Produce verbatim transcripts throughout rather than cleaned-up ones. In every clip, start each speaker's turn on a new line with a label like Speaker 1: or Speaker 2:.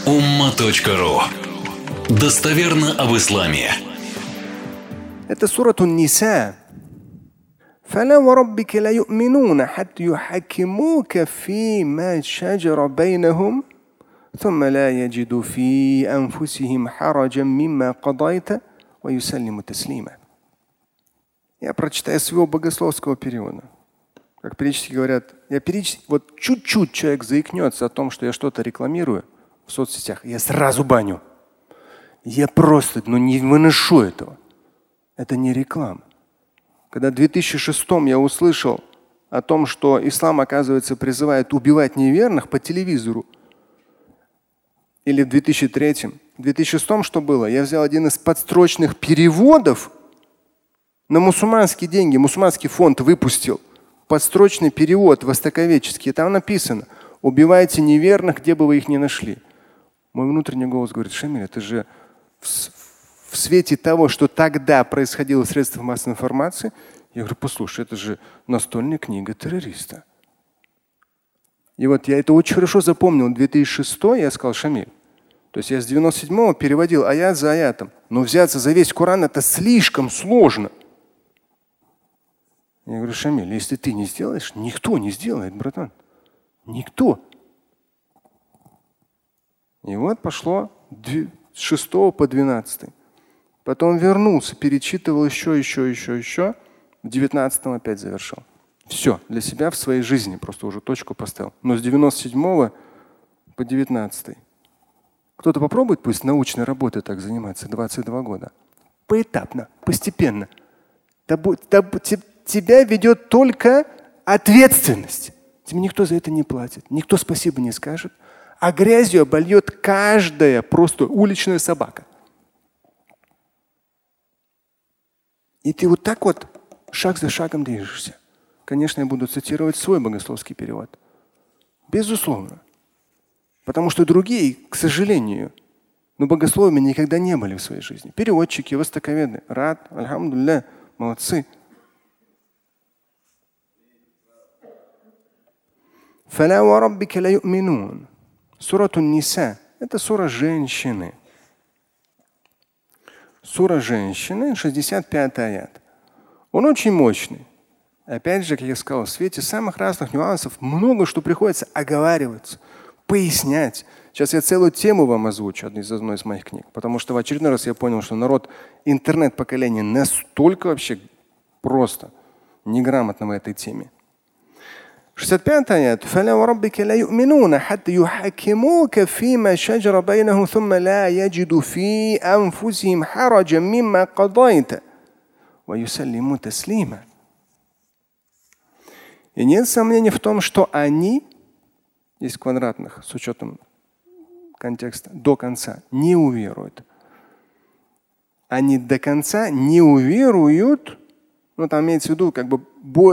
Speaker 1: умма.ру. Достоверно об исламе.
Speaker 2: Это сура Ан-Ниса. فلا وربك لا يؤمنون حتى يحكموك فيما شجر بينهم ثم لا يجدوا في أنفسهم حرجا مما قضيت ويسلموا تسليما. Я прочитаю своего богословского перевода. Как периодически говорят, я периодически, вот чуть-чуть человек заикнется о том, что я что-то рекламирую в соцсетях, я сразу баню. Я просто ну, не выношу этого. Это не реклама. Когда в две тысячи шестом я услышал о том, что ислам, оказывается, призывает убивать неверных по телевизору, или в две тысячи третьем, в две тысячи шестом что было? Я взял один из подстрочных переводов на мусульманские деньги. Мусульманский фонд выпустил подстрочный перевод востоковеческий. Там написано: убивайте неверных, где бы вы их ни нашли. Мой внутренний голос говорит: Шамиль, это же в, в свете того, что тогда происходило в средствах массовой информации. Я говорю: послушай, это же настольная книга террориста. И вот я это очень хорошо запомнил. две тысячи шестой я сказал: Шамиль, то есть я с девяносто седьмого переводил аят за аятом. Но взяться за весь Коран — это слишком сложно. Я говорю: Шамиль, если ты не сделаешь, никто не сделает, братан. Никто. И вот пошло с шестого по двенадцатый. Потом вернулся, перечитывал еще, еще, еще, еще. В девятнадцатом опять завершил. Все, для себя в своей жизни просто уже точку поставил. Но с девяносто седьмого по девятнадцатый. Кто-то попробует пусть научной работой так заниматься двадцать два года. Поэтапно, постепенно. Тебя ведет только ответственность. Тебе никто за это не платит, никто спасибо не скажет, а грязью обольет каждая просто уличная собака. И ты вот так вот шаг за шагом движешься. Конечно, я буду цитировать свой богословский перевод. Безусловно. Потому что другие, к сожалению, но богословами никогда не были в своей жизни. Переводчики, востоковеды. Рад, альхамдулилля, молодцы. فَلَا وَرَبِّكَ لَا يُؤْمِنُونَ. Сура Ан-Ниса – это сура женщины. Сура женщины, шестьдесят пятый аят. Он очень мощный. Опять же, как я сказал, в свете самых разных нюансов много что приходится оговариваться, пояснять. Сейчас я целую тему вам озвучу, из одной из моих книг, потому что в очередной раз я понял, что народ интернет-поколения настолько вообще просто неграмотно в этой теме. шестьдесят пятый аят. فَلَا وَرَبِّكَ لَا يُؤْمِنُونَ حَتَّى يُحَكِّمُوكَ فِيمَا شَجَرَ بَيْنَهُمْ ثُمَّ لَا يَجِدُوا فِي أَنفُسِهِمْ حَرَجًا مِمَّا قَضَيْتَ وَيُسَلِّمُوا تَسْلِيمًا. И нет сомнений в том, что они, из квадратных, с учетом контекста, до конца не уверуют. Они до конца не уверуют, ну там имеется в виду как бы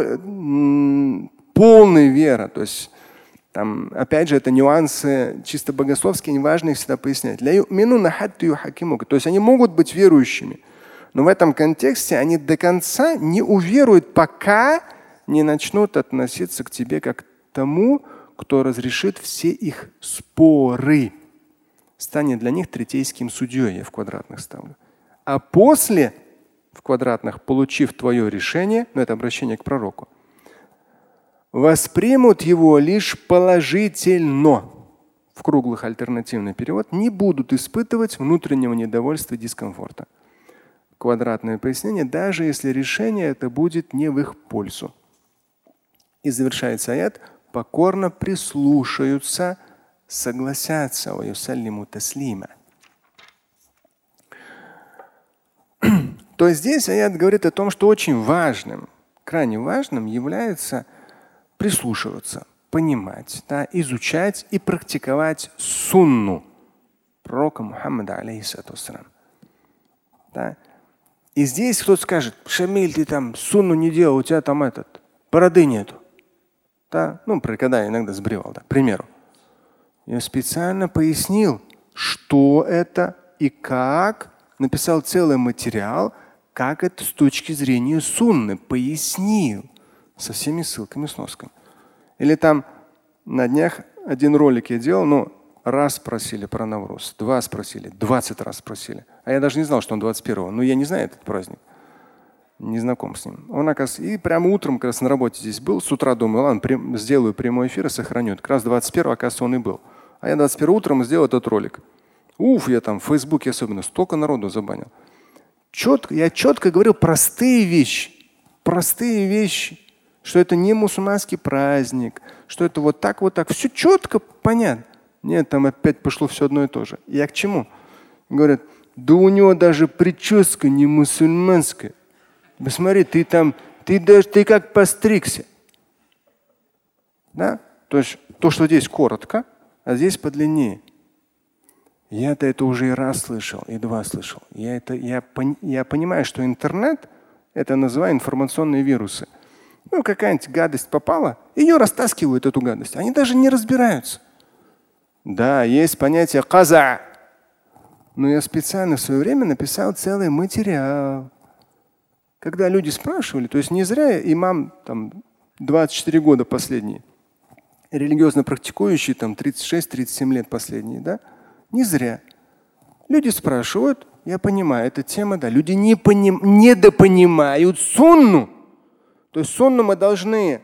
Speaker 2: полная вера. То есть там, опять же, это нюансы чисто богословские, неважно их всегда пояснять. То есть они могут быть верующими, но в этом контексте они до конца не уверуют, пока не начнут относиться к тебе как к тому, кто разрешит все их споры. Станет для них третейским судьей, я в квадратных ставлю. А после, в квадратных, получив твое решение, ну это обращение к пророку, воспримут его лишь положительно. В круглых альтернативный перевод: не будут испытывать внутреннего недовольства и дискомфорта. Квадратное пояснение: даже если решение это будет не в их пользу. И завершается аят: покорно прислушаются, согласятся. وَيُسَلِّمُوا تَسْلِيمًا. То есть здесь аят говорит о том, что очень важным, крайне важным является прислушиваться, понимать, да, изучать и практиковать сунну пророка Мухаммада, алейхиссалату вассалям. Да. И здесь кто-то скажет: Шамиль, ты там сунну не делал, у тебя там этот, бороды нету. Да? Ну, когда я иногда сбривал, да, к примеру. Я специально пояснил, что это и как, написал целый материал, как это с точки зрения сунны, пояснил со всеми ссылками, сносками. Или там на днях один ролик я делал, ну, Раз спросили про Навруз, два спросили, двадцать раз спросили. А я даже не знал, что он двадцать первого. Но я не знаю этот праздник. Не знаком с ним. Он, оказывается, и прямо утром, как раз на работе здесь был, с утра думал, ладно, прям, сделаю прямой эфир и сохраню. Как раз двадцать первого, оказывается, он и был. А я двадцать первого утром сделал этот ролик. Уф, я там в Фейсбуке особенно столько народу забанил. Четко, я четко говорил простые вещи. Простые вещи. Что это не мусульманский праздник, что это вот так, вот так. Все четко, понятно. Нет, там опять пошло все одно и то же. Я к чему? Говорят, да у него даже прическа не мусульманская. Посмотри, ты там, ты даже ты как постригся. Да? То есть то, что здесь коротко, а здесь подлиннее. Я-то это уже и раз слышал, и два слышал. Я, это, я, я понимаю, что интернет – это называю информационные вирусы. Ну, какая-нибудь гадость попала, ее растаскивают, эту гадость. Они даже не разбираются. Да, есть понятие каза. Но я специально в свое время написал целый материал. Когда люди спрашивали, то есть не зря имам там двадцать четыре года последние, религиозно практикующий там тридцать шесть тридцать семь лет последние, да? Не зря. Люди спрашивают, я понимаю, эта тема, да, люди не поним, недопонимают сунну. То есть сунну мы должны,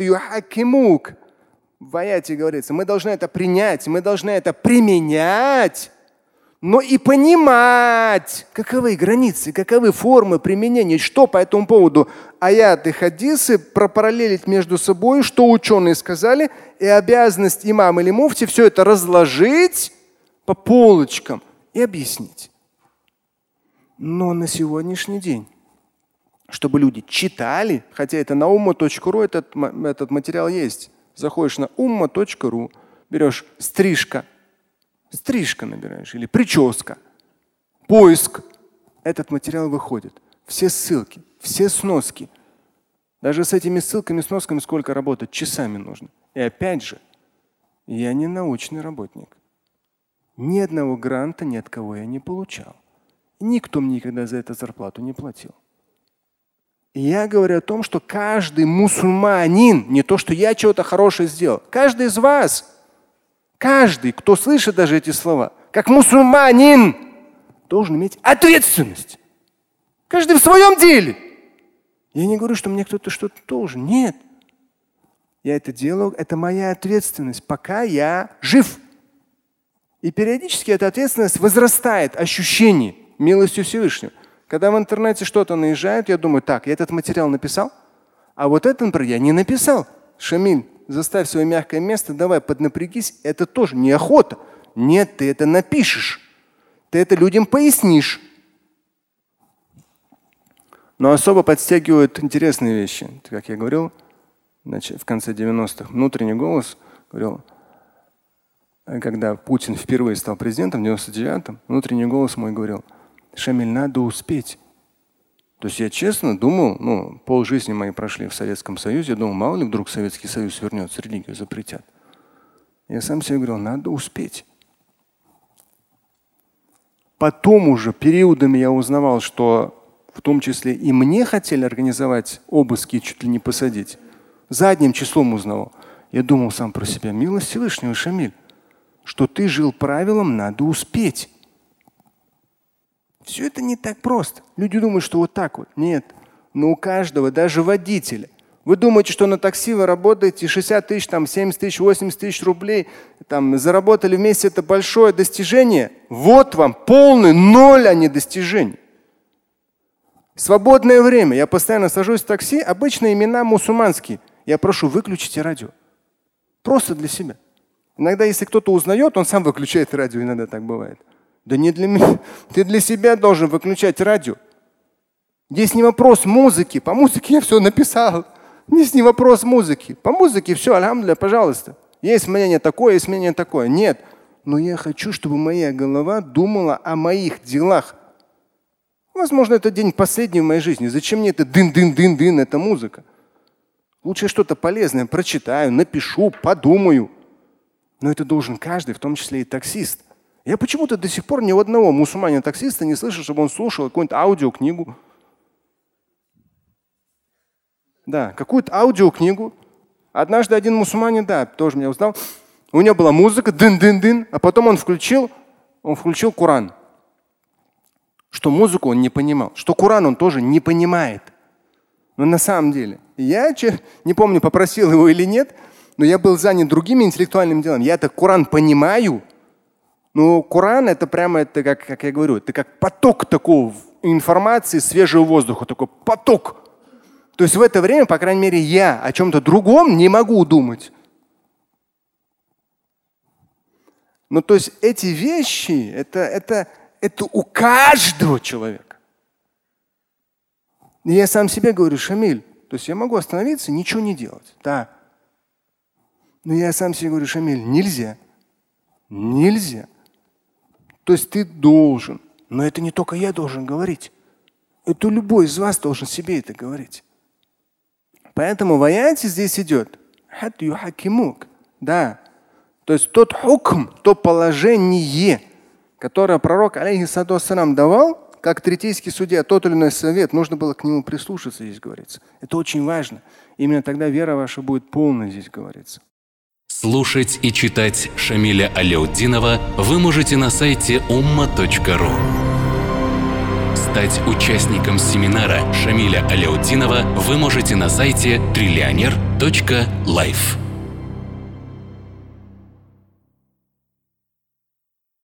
Speaker 2: в аяте говорится, мы должны это принять, мы должны это применять. Но и понимать, каковы границы, каковы формы применения, что по этому поводу аяты, хадисы, пропараллелить между собой, что ученые сказали, и обязанность имама или муфти все это разложить по полочкам и объяснить. Но на сегодняшний день, чтобы люди читали, хотя это на умма точка ру этот, этот материал есть, заходишь на умма точка ру, берешь стрижка, Стрижка набираешь или прическа, поиск. Этот материал выходит. Все ссылки, все сноски. Даже с этими ссылками, сносками сколько работать? Часами нужно. И опять же, я не научный работник. Ни одного гранта ни от кого я не получал. И никто мне никогда за это зарплату не платил. И я говорю о том, что каждый мусульманин, не то, что я чего-то хорошее сделал, каждый из вас, каждый, кто слышит даже эти слова, как мусульманин, должен иметь ответственность. Каждый в своем деле. Я не говорю, что мне кто-то что-то должен. Нет. Я это делаю, это моя ответственность, пока я жив. И периодически эта ответственность возрастает, ощущение милостью Всевышнего. Когда в интернете что-то наезжает, я думаю, так, я этот материал написал, а вот этот, например, я не написал. Шамиль, заставь свое мягкое место, давай поднапрягись. Это тоже неохота. Нет, ты это напишешь. Ты это людям пояснишь. Но особо подстегивают интересные вещи. Как я говорил, значит, в конце девяностых внутренний голос говорил, когда Путин впервые стал президентом в девяносто девятом, внутренний голос мой говорил, Шамиль, надо успеть. То есть я честно думал, ну, полжизни мои прошли в Советском Союзе, я думал, мало ли вдруг Советский Союз вернется, религию запретят. Я сам себе говорил, надо успеть. Потом уже периодами я узнавал, что в том числе и мне хотели организовать обыски, чуть ли не посадить. Задним числом узнавал. Я думал сам про себя, милость Всевышнего, Шамиль, что ты жил правилом, надо успеть. Все это не так просто. Люди думают, что вот так вот. Нет. Но у каждого, даже водителя. Вы думаете, что на такси вы работаете шестьдесят тысяч, там, семьдесят тысяч, восемьдесят тысяч рублей, там, заработали вместе, это большое достижение. Вот вам полный ноль, а не достижение. Свободное время. Я постоянно сажусь в такси, обычно имена мусульманские. Я прошу, выключите радио. Просто для себя. Иногда, если кто-то узнает, он сам выключает радио, иногда так бывает. Да не для меня. Ты для себя должен выключать радио. Здесь не вопрос музыки. По музыке я все написал. Здесь не вопрос музыки. По музыке все, альхамдулилля, пожалуйста. Есть мнение такое, есть мнение такое. Нет. Но я хочу, чтобы моя голова думала о моих делах. Возможно, это день последний в моей жизни. Зачем мне это дын-дын-дын-дын, это музыка? Лучше что-то полезное прочитаю, напишу, подумаю. Но это должен каждый, в том числе и таксист. Я почему-то до сих пор ни у одного мусульманина-таксиста не слышу, чтобы он слушал какую-нибудь аудиокнигу. Да, какую-то аудиокнигу. Однажды один мусульманин, да, тоже меня узнал. У него была музыка, дын-дын-дын, а потом он включил, он включил Коран. Что музыку он не понимал, что Коран он тоже не понимает. Но на самом деле, я не помню, попросил его или нет, но я был занят другими интеллектуальными делами. Я-то Коран понимаю, но Коран это прямо, это как, как я говорю, это как поток такого информации, свежего воздуха, такой поток. То есть в это время, по крайней мере, я о чем-то другом не могу думать. Ну, то есть эти вещи, это, это, это у каждого человека. И я сам себе говорю, Шамиль, то есть я могу остановиться, ничего не делать. Да. Но я сам себе говорю, Шамиль, нельзя. Нельзя. То есть ты должен. Но это не только я должен говорить. Это любой из вас должен себе это говорить. Поэтому в аяте здесь идет. Да. То есть тот хукм, то положение, которое пророк алейхиссалату вассалям давал, как третейский судья, тот или иной совет, нужно было к нему прислушаться, здесь говорится. Это очень важно. Именно тогда вера ваша будет полной, здесь говорится.
Speaker 1: Слушать и читать Шамиля Аляутдинова вы можете на сайте умма точка ру. Стать участником семинара Шамиля Аляутдинова вы можете на сайте триллионер точка лайф.